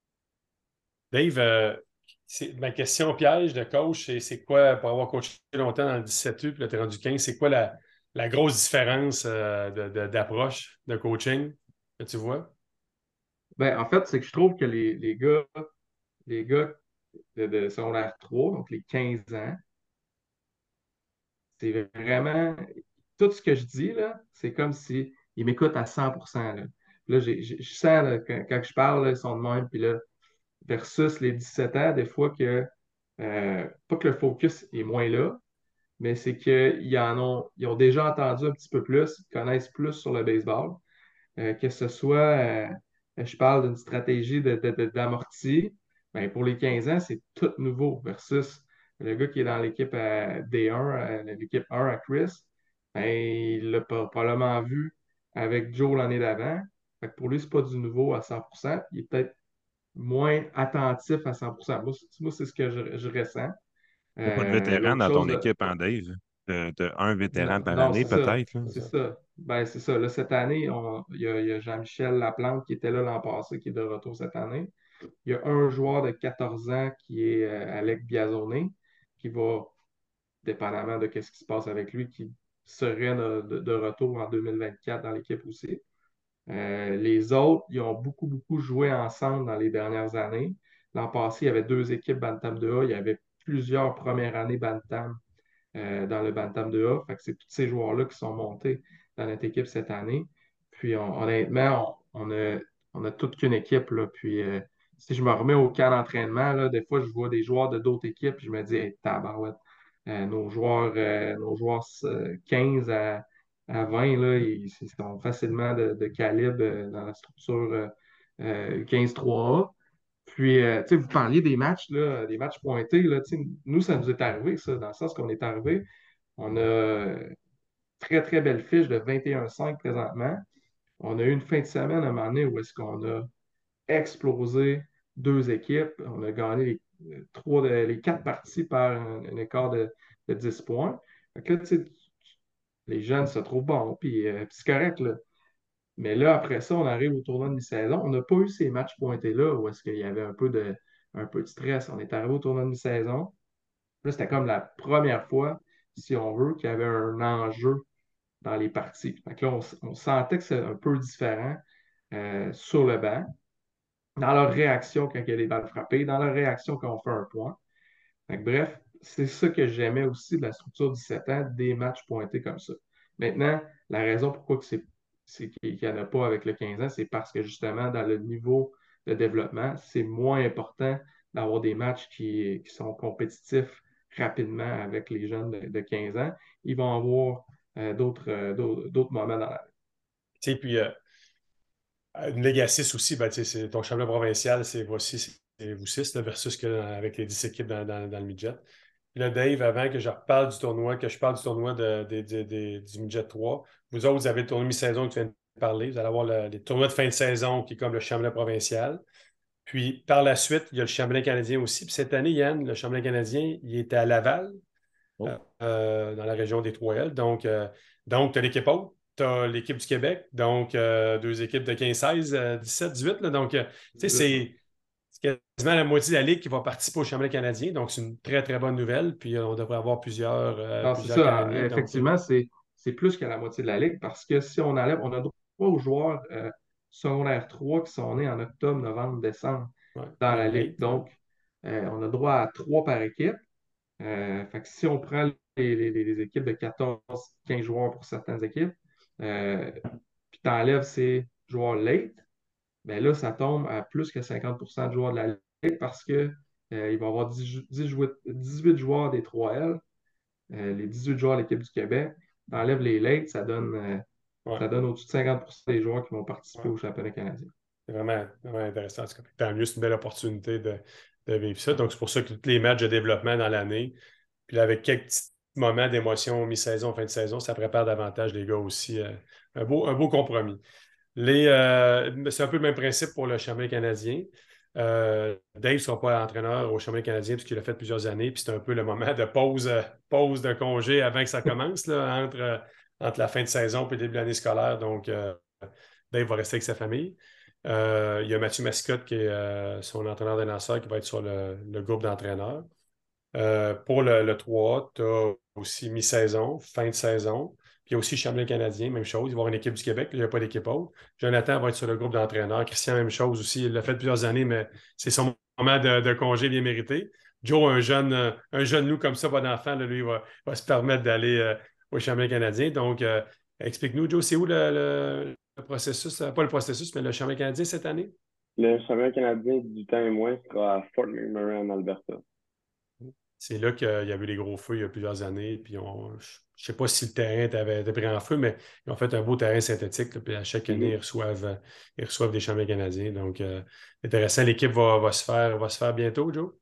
Dave, ma question piège de coach, c'est quoi, pour avoir coaché longtemps dans le 17U puis le terrain du 15, c'est quoi la grosse différence d'approche de coaching que tu vois? Ben, en fait, c'est que je trouve que les gars de secondaire 3, donc les 15 ans, c'est vraiment. Tout ce que je dis, là, c'est comme si m'écoutent à 100%. Là, je sens là, quand je parle, là, ils sont de même, puis là, versus les 17 ans, des fois que, pas que le focus est moins là, mais c'est ils ont déjà entendu un petit peu plus, ils connaissent plus sur le baseball. Que ce soit, je parle d'une stratégie d'amorti, ben, pour les 15 ans, c'est tout nouveau versus le gars qui est dans l'équipe D1, l'équipe 1 à Chris, ben, il l'a probablement vu avec Joe l'année d'avant. Fait que pour lui, c'est pas du nouveau à 100%. Il est peut-être moins attentif à 100%. Moi, c'est ce que je ressens. Il n'y a pas de vétéran L'autre dans ton chose, équipe, hein, Dave? Tu un vétéran non, par non, année, c'est ça. peut-être, là? C'est C'est ça. ça. Ben, c'est ça. Là, cette année, il y a Jean-Michel Laplante qui était là l'an passé, qui est de retour cette année. Il y a un joueur de 14 ans qui est Alec Biazone, qui va, dépendamment de ce qui se passe avec lui, qui serait de retour en 2024 dans l'équipe aussi. Les autres, ils ont beaucoup, beaucoup joué ensemble dans les dernières années. L'an passé, il y avait deux équipes Bantam 2A. Il y avait plusieurs premières années Bantam dans le Bantam 2A. Fait que c'est tous ces joueurs-là qui sont montés dans notre équipe cette année. Puis honnêtement, on a toute qu'une équipe. Là. Puis si je me remets au camp d'entraînement, là, des fois, je vois des joueurs de d'autres équipes, puis je me dis, hey, tabarouette, nos joueurs 15 à 20, là, ils sont facilement de calibre dans la structure 15-3A. Puis, tu sais, vous parliez des matchs, là, des matchs pointés, là, tu sais, nous, ça nous est arrivé, ça, dans le sens qu'on est arrivé, on a très, très belle fiche de 21-5 présentement. On a eu une fin de semaine à un moment donné où est-ce qu'on a explosé deux équipes. On a gagné les quatre parties par un écart de 10 points. Fait que là, tu sais, les jeunes se trouvent bons, puis c'est correct, là. Mais là, après ça, on arrive au tournoi de mi-saison. On n'a pas eu ces matchs pointés-là où est-ce qu'il y avait un peu de stress. On est arrivé au tournoi de mi-saison. Là, c'était comme la première fois, si on veut, qu'il y avait un enjeu dans les parties. Fait que là, on sentait que c'est un peu différent sur le banc, dans leur réaction quand il y a des balles frappées, dans leur réaction quand on fait un point. Fait que bref, c'est ça que j'aimais aussi de la structure 17 ans, des matchs pointés comme ça. Maintenant, la raison pourquoi qu'il n'y en a pas avec le 15 ans, c'est parce que justement, dans le niveau de développement, c'est moins important d'avoir des matchs qui sont compétitifs rapidement avec les jeunes de 15 ans. Ils vont avoir d'autres moments dans la vie. Tu sais, puis une Ligue à 6 aussi, ben, tu sais, c'est ton championnat provincial, c'est voici, c'est vous 6 là, versus que avec les 10 équipes dans le midget. Puis là, Dave, avant que je reparle du tournoi, que je parle du tournoi du midget 3, vous autres, vous avez le tournoi mi-saison que tu viens de parler. Vous allez avoir les tournois de fin de saison qui est comme le championnat provincial. Puis par la suite, il y a le championnat canadien aussi. Puis cette année, Yann, le championnat canadien, il était à Laval, Oh. dans la région des Trois-L. Donc tu as l'équipe haute, tu as l'équipe du Québec, donc deux équipes de 15-16, 17-18. Là. Donc, tu sais, c'est quasiment la moitié de la Ligue qui va participer au championnat canadien. Donc, c'est une très, très bonne nouvelle. Puis, on devrait avoir Non, c'est plusieurs ça. canadiens. Donc, Effectivement, c'est plus que la moitié de la Ligue parce que si on enlève, on a droit aux joueurs secondaire 3 qui sont nés en octobre, novembre, décembre ouais, dans les la Ligue. late. Donc, on a droit à 3 par équipe. Fait que si on prend les équipes de 14-15 joueurs pour certaines équipes, puis tu enlèves ces joueurs late, ben là, ça tombe à plus que 50% de joueurs de la Ligue parce que il va y avoir 18 joueurs des 3L, les 18 joueurs de l'équipe du Québec. Tu enlèves les late, Ouais, ça donne au-dessus de 50% des joueurs qui vont participer ouais. au championnat canadien. C'est vraiment, vraiment intéressant. En tout cas. Tant mieux, c'est une belle opportunité de vivre ça. Donc, c'est pour ça que tous les matchs de développement dans l'année, puis là, avec quelques petits moments d'émotion mi-saison, fin de saison, ça prépare davantage les gars aussi. Un beau compromis. C'est un peu le même principe pour le championnat canadien. Dave ne sera pas entraîneur au championnat canadien puisqu'il a fait plusieurs années, puis c'est un peu le moment de pause de congé avant que ça commence, là, entre la fin de saison et le début de l'année scolaire. Donc, Dave va rester avec sa famille. Il y a Mathieu Mascotte qui est son entraîneur de lanceur qui va être sur le groupe d'entraîneurs. Pour le 3, tu as aussi mi-saison, fin de saison. Puis il y a aussi le championnat canadien, même chose. Il va y avoir une équipe du Québec, il n'y a pas d'équipe haute. Jonathan va être sur le groupe d'entraîneurs. Christian, même chose aussi. Il l'a fait plusieurs années, mais c'est son moment de congé bien mérité. Joe, un jeune loup comme ça, pas d'enfant, là, lui, va se permettre d'aller au championnat canadien. Donc, explique-nous, Joe, c'est où le processus, pas le processus, mais le championnat canadien cette année? Le championnat canadien du temps et moins sera à Fort McMurray en Alberta. C'est là qu'il y avait les gros feux il y a plusieurs années. Puis je ne sais pas si le terrain était pris en feu, mais ils ont fait un beau terrain synthétique. Là, puis à chaque année, Mhm. ils reçoivent des championnats canadiens. Donc, intéressant. L'équipe va se faire bientôt, Joe.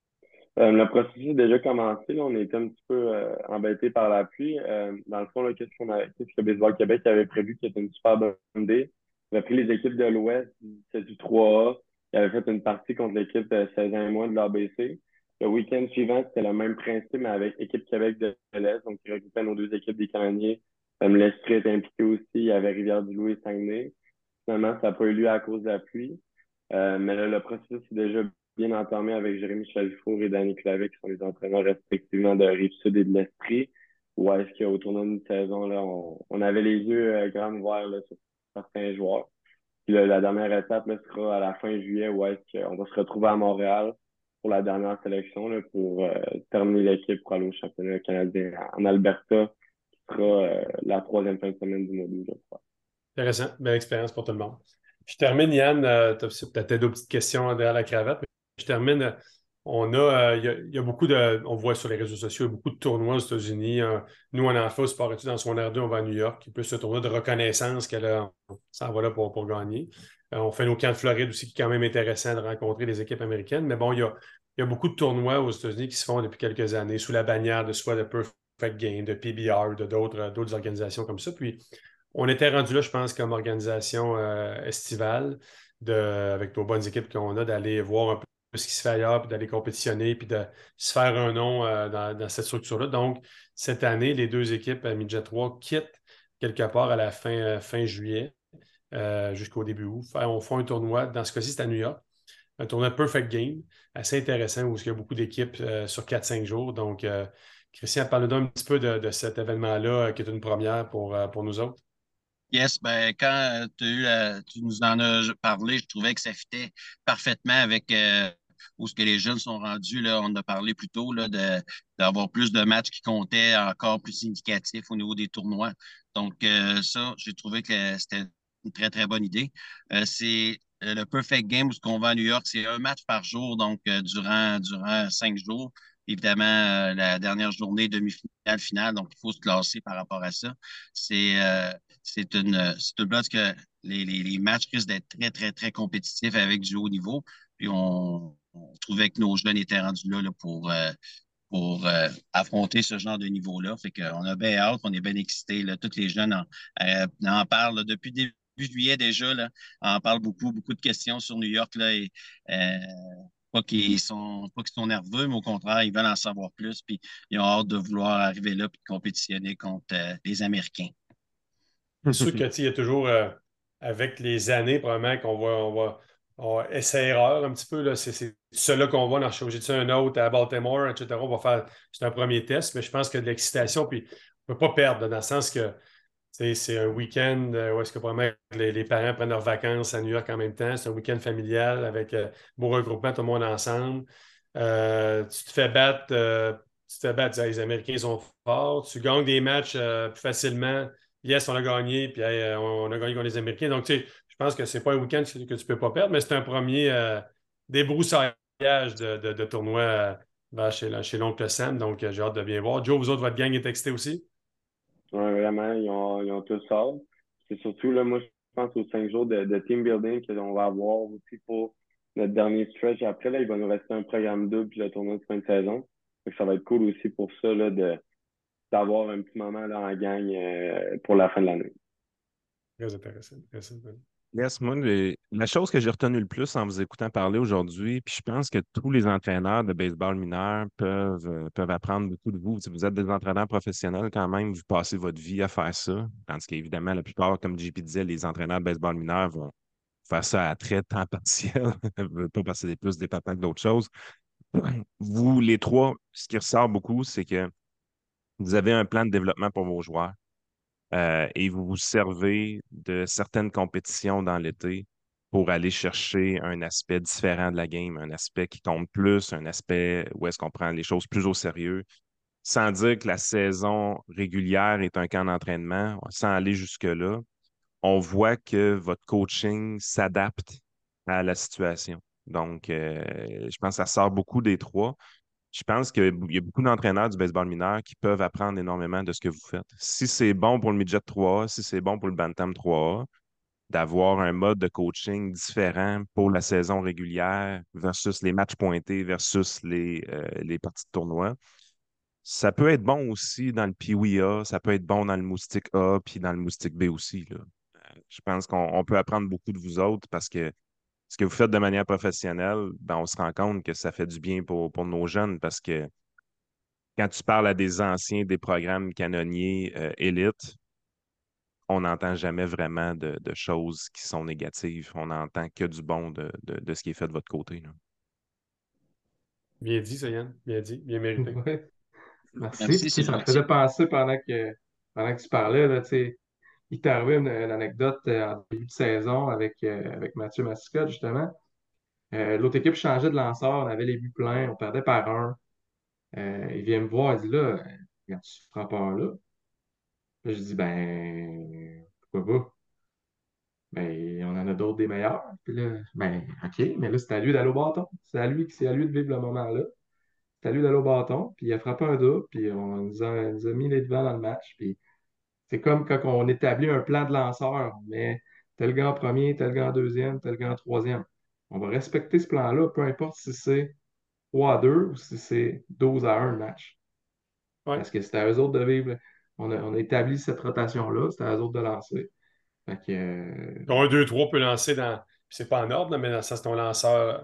Le processus a déjà commencé. Là, on était un petit peu embêtés par la pluie. Dans le fond, là, qu'est-ce que Baseball Québec avait prévu, qui était une super bonne idée? Il a pris les équipes de l'Ouest, c'est du 3A. Il avait fait une partie contre l'équipe de 16 ans et moins de l'ABC. Le week-end suivant, c'était le même principe, mais avec équipe Québec de l'Est. Donc, il regroupait nos deux équipes des Canadiens. L'Estrie était impliqué aussi. Il y avait Rivière-du-Loup et Saguenay. Finalement, ça n'a pas eu lieu à cause de la pluie. Mais là, le processus est déjà bien entamé avec Jérémy Chalifour et Danny Clavet, qui sont les entraîneurs respectivement de Rive-Sud et de l'Estrie. Où est-ce qu'au tournoi d'une saison, là, on avait les yeux grands ouverts là, sur certains joueurs. Puis là, la dernière étape là, sera à la fin juillet, où est-ce qu'on va se retrouver à Montréal pour la dernière sélection là, pour terminer l'équipe pour aller au championnat canadien en Alberta, qui sera la troisième fin de semaine du mois d'août, je crois. Intéressant. Belle expérience pour tout le monde. Je termine, Yann. Tu as peut-être d'autres petites questions derrière la cravate. Mais je termine. Il y a beaucoup on voit sur les réseaux sociaux, il y a beaucoup de tournois aux États-Unis. Nous, on en fait au sport-études dans son R2, on va à New York. Il y a plus un tournoi de reconnaissance on s'en va là pour gagner. On fait nos camps de Floride aussi, qui est quand même intéressant de rencontrer les équipes américaines. Mais bon, il y a beaucoup de tournois aux États-Unis qui se font depuis quelques années sous la bannière de soit de Perfect Game, de PBR, de d'autres organisations comme ça. Puis, on était rendu là, je pense, comme organisation estivale, avec nos bonnes équipes qu'on a, d'aller voir un peu ce qui se fait ailleurs, puis d'aller compétitionner, puis de se faire un nom dans cette structure-là. Donc, cette année, les deux équipes à Midget 3 quittent quelque part à la fin juillet jusqu'au début août. On fait un tournoi, dans ce cas-ci, c'est à New York, un tournoi Perfect Game, assez intéressant, où il y a beaucoup d'équipes sur 4-5 jours. Donc, Christian, parle-nous un petit peu de cet événement-là qui est une première pour nous autres. Yes, ben quand tu nous en as parlé, je trouvais que ça fitait parfaitement avec où ce que les jeunes sont rendus. Là, on en a parlé plus tôt là, d'avoir plus de matchs qui comptaient, encore plus significatifs au niveau des tournois. Donc, ça, j'ai trouvé que c'était une très, très bonne idée. C'est le Perfect Game où ce qu'on va à New York, c'est un match par jour, donc durant 5 jours. Évidemment, la dernière journée, demi-finale, finale, donc il faut se classer par rapport à ça. C'est c'est une place que les matchs risquent d'être très, très, très compétitifs avec du haut niveau. Puis on trouvait que nos jeunes étaient rendus là, pour affronter ce genre de niveau-là. Fait qu'on a bien hâte, on est bien excités. Là. Tous les jeunes en parlent là, depuis début juillet déjà. Là, en parlent beaucoup, beaucoup de questions sur New York. Là, et, euh, pas qu'ils sont nerveux, mais au contraire, ils veulent en savoir plus. Puis ils ont hâte de vouloir arriver là et de compétitionner contre les Américains. C'est sûr que, il y a toujours, avec les années, probablement on va essayer-erreur un petit peu. Là. C'est cela qu'on voit dans J'ai-tu un autre à Baltimore, etc. On va faire, c'est un premier test, mais je pense que de l'excitation, puis on ne peut pas perdre, dans le sens que c'est un week-end où est-ce que probablement les parents prennent leurs vacances à New York en même temps. C'est un week-end familial avec beau regroupement, tout le monde ensemble. Tu te fais battre, les Américains sont forts. Tu gagnes des matchs plus facilement. Yes, on a gagné, puis hey, on a gagné contre les Américains. Donc, tu sais, je pense que c'est pas un week-end que tu ne peux pas perdre, mais c'est un premier débroussaillage de tournoi chez l'oncle Sam. Donc, j'ai hâte de bien voir. Joe, vous autres, votre gang est excité aussi? Ouais, vraiment, ils ont tous hâte. C'est surtout, là, moi, je pense aux 5 jours de team building qu'on va avoir aussi pour notre dernier stretch. Après, là, il va nous rester un programme double puis le tournoi de fin de saison. Donc, ça va être cool aussi pour ça, là, d'avoir un petit moment là, en gang pour la fin de l'année. Très intéressant. Très intéressant. Yes, moi, la chose que j'ai retenue le plus en vous écoutant parler aujourd'hui, puis je pense que tous les entraîneurs de baseball mineur peuvent apprendre beaucoup de vous. Si vous êtes des entraîneurs professionnels quand même, vous passez votre vie à faire ça. Tandis qu'évidemment, la plupart, comme JP disait, les entraîneurs de baseball mineur vont faire ça à très temps partiel, pas parce que c'est plus des papas que d'autres choses. Vous, les trois, ce qui ressort beaucoup, c'est que vous avez un plan de développement pour vos joueurs et vous vous servez de certaines compétitions dans l'été pour aller chercher un aspect différent de la game, un aspect qui compte plus, un aspect où est-ce qu'on prend les choses plus au sérieux, sans dire que la saison régulière est un camp d'entraînement, sans aller jusque-là. On voit que votre coaching s'adapte à la situation. Donc, je pense que ça sort beaucoup des trois. Je pense qu'il y a beaucoup d'entraîneurs du baseball mineur qui peuvent apprendre énormément de ce que vous faites. Si c'est bon pour le midget 3A, si c'est bon pour le bantam 3A, d'avoir un mode de coaching différent pour la saison régulière versus les matchs pointés versus les parties de tournoi. Ça peut être bon aussi dans le Pee-wee A, ça peut être bon dans le Moustique A, puis dans le Moustique B aussi, là. Je pense qu'on peut apprendre beaucoup de vous autres parce que ce que vous faites de manière professionnelle, ben, on se rend compte que ça fait du bien pour nos jeunes parce que quand tu parles à des anciens des programmes canonniers élites, on n'entend jamais vraiment de choses qui sont négatives. On n'entend que du bon de ce qui est fait de votre côté, là. Bien dit, ça, Yann. Bien dit, bien mérité. Ouais. Merci. Merci, Puis, c'est ça me gentil. faisait penser pendant que tu parlais, là, tu sais, il t'est arrivé une anecdote en début de saison avec Mathieu Massicotte, justement. L'autre équipe changeait de lanceur, on avait les buts pleins, on perdait par un. Il vient me voir, il dit là, regarde, tu ne pas là. Là, je dis ben, pourquoi pas? Ben, on en a d'autres des meilleurs. Puis là, ben, OK, mais là, c'est à lui d'aller au bâton. C'est à lui de vivre le moment-là. C'est à lui d'aller au bâton. Puis il a frappé un double, puis on nous a mis les devants dans le match. Puis c'est comme quand on établit un plan de lanceur. On met tel gars en premier, tel gars en deuxième, tel gars en troisième. On va respecter ce plan-là, peu importe si c'est 3-2 ou si c'est 12-1 le match. Ouais. Parce que c'est à eux autres de vivre. On a établi cette rotation-là, c'est à eux autres de lancer. Fait que, Ton 1, 2, 3 peut lancer dans. C'est pas en ordre, là, mais dans le sens ton lanceur,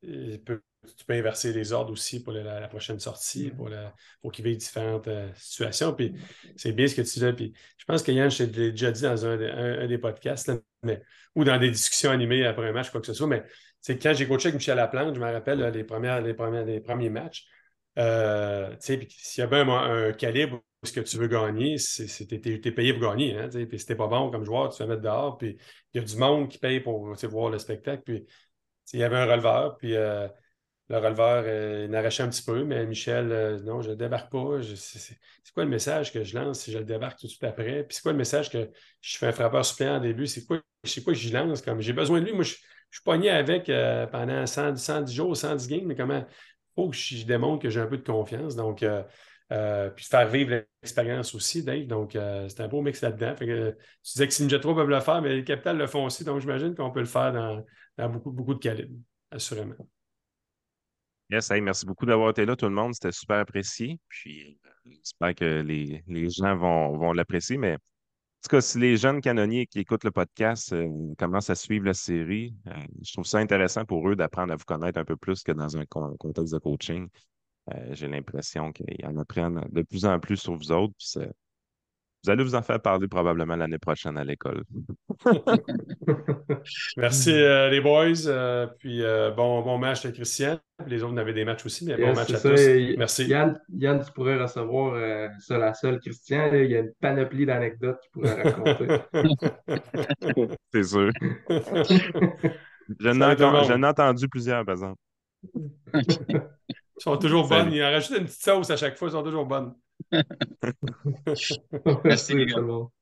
tu peux inverser les ordres aussi pour la prochaine sortie, pour qu'il vive différentes situations. Puis c'est bien ce que tu dis. Puis je pense que Yann, je t'ai déjà dit dans un des podcasts, là, ou dans des discussions animées après un match, quoi que ce soit, mais c'est quand j'ai coaché avec Michel Laplante, je me rappelle là, les premiers matchs. Tu sais, puis s'il y a bien un calibre ce que tu veux gagner, t'es payé pour gagner. Hein, puis si t'es pas bon comme joueur, tu te fais mettre dehors. Puis il y a du monde qui paye pour voir le spectacle. Puis il y avait un releveur, puis le releveur, il arrachait un petit peu, mais Michel, non, je ne débarque pas. C'est quoi le message que je lance si je le débarque tout de suite après? Puis c'est quoi le message que je fais un frappeur suppléant au début? C'est quoi que j'y lance? Comme j'ai besoin de lui. Moi, je suis pogné avec pendant 110 jours, 110 games, mais comment il faut que je démontre que j'ai un peu de confiance. Donc, puis faire vivre l'expérience aussi, Dave. Donc, c'est un beau mix là-dedans. Fait que, tu disais que si Ninja 3 peuvent le faire, mais les Capitals le font aussi. Donc, j'imagine qu'on peut le faire dans beaucoup, beaucoup de calibres, assurément. Yes, hey, merci beaucoup d'avoir été là, tout le monde. C'était super apprécié. Puis, j'espère que les gens vont l'apprécier. Mais en tout cas, si les jeunes canonniers qui écoutent le podcast commencent à suivre la série, je trouve ça intéressant pour eux d'apprendre à vous connaître un peu plus que dans un contexte de coaching. J'ai l'impression qu'ils en apprennent de plus en plus sur vous autres. Puis vous allez vous en faire parler probablement l'année prochaine à l'école. Merci les boys. Puis bon match à Christian. Puis les autres avaient des matchs aussi, mais bon yes, match c'est à ça. tous. Merci. Yann, tu pourrais recevoir seul à seul Christian. Là, il y a une panoplie d'anecdotes qu'il pourrait raconter. C'est sûr. Salut tout le J'en monde. ai entendu plusieurs, par exemple. Ils sont toujours bonnes. Salut. Il en rajoute une petite sauce à chaque fois. Ils sont toujours bonnes. Merci, Merci les tout gars. le monde.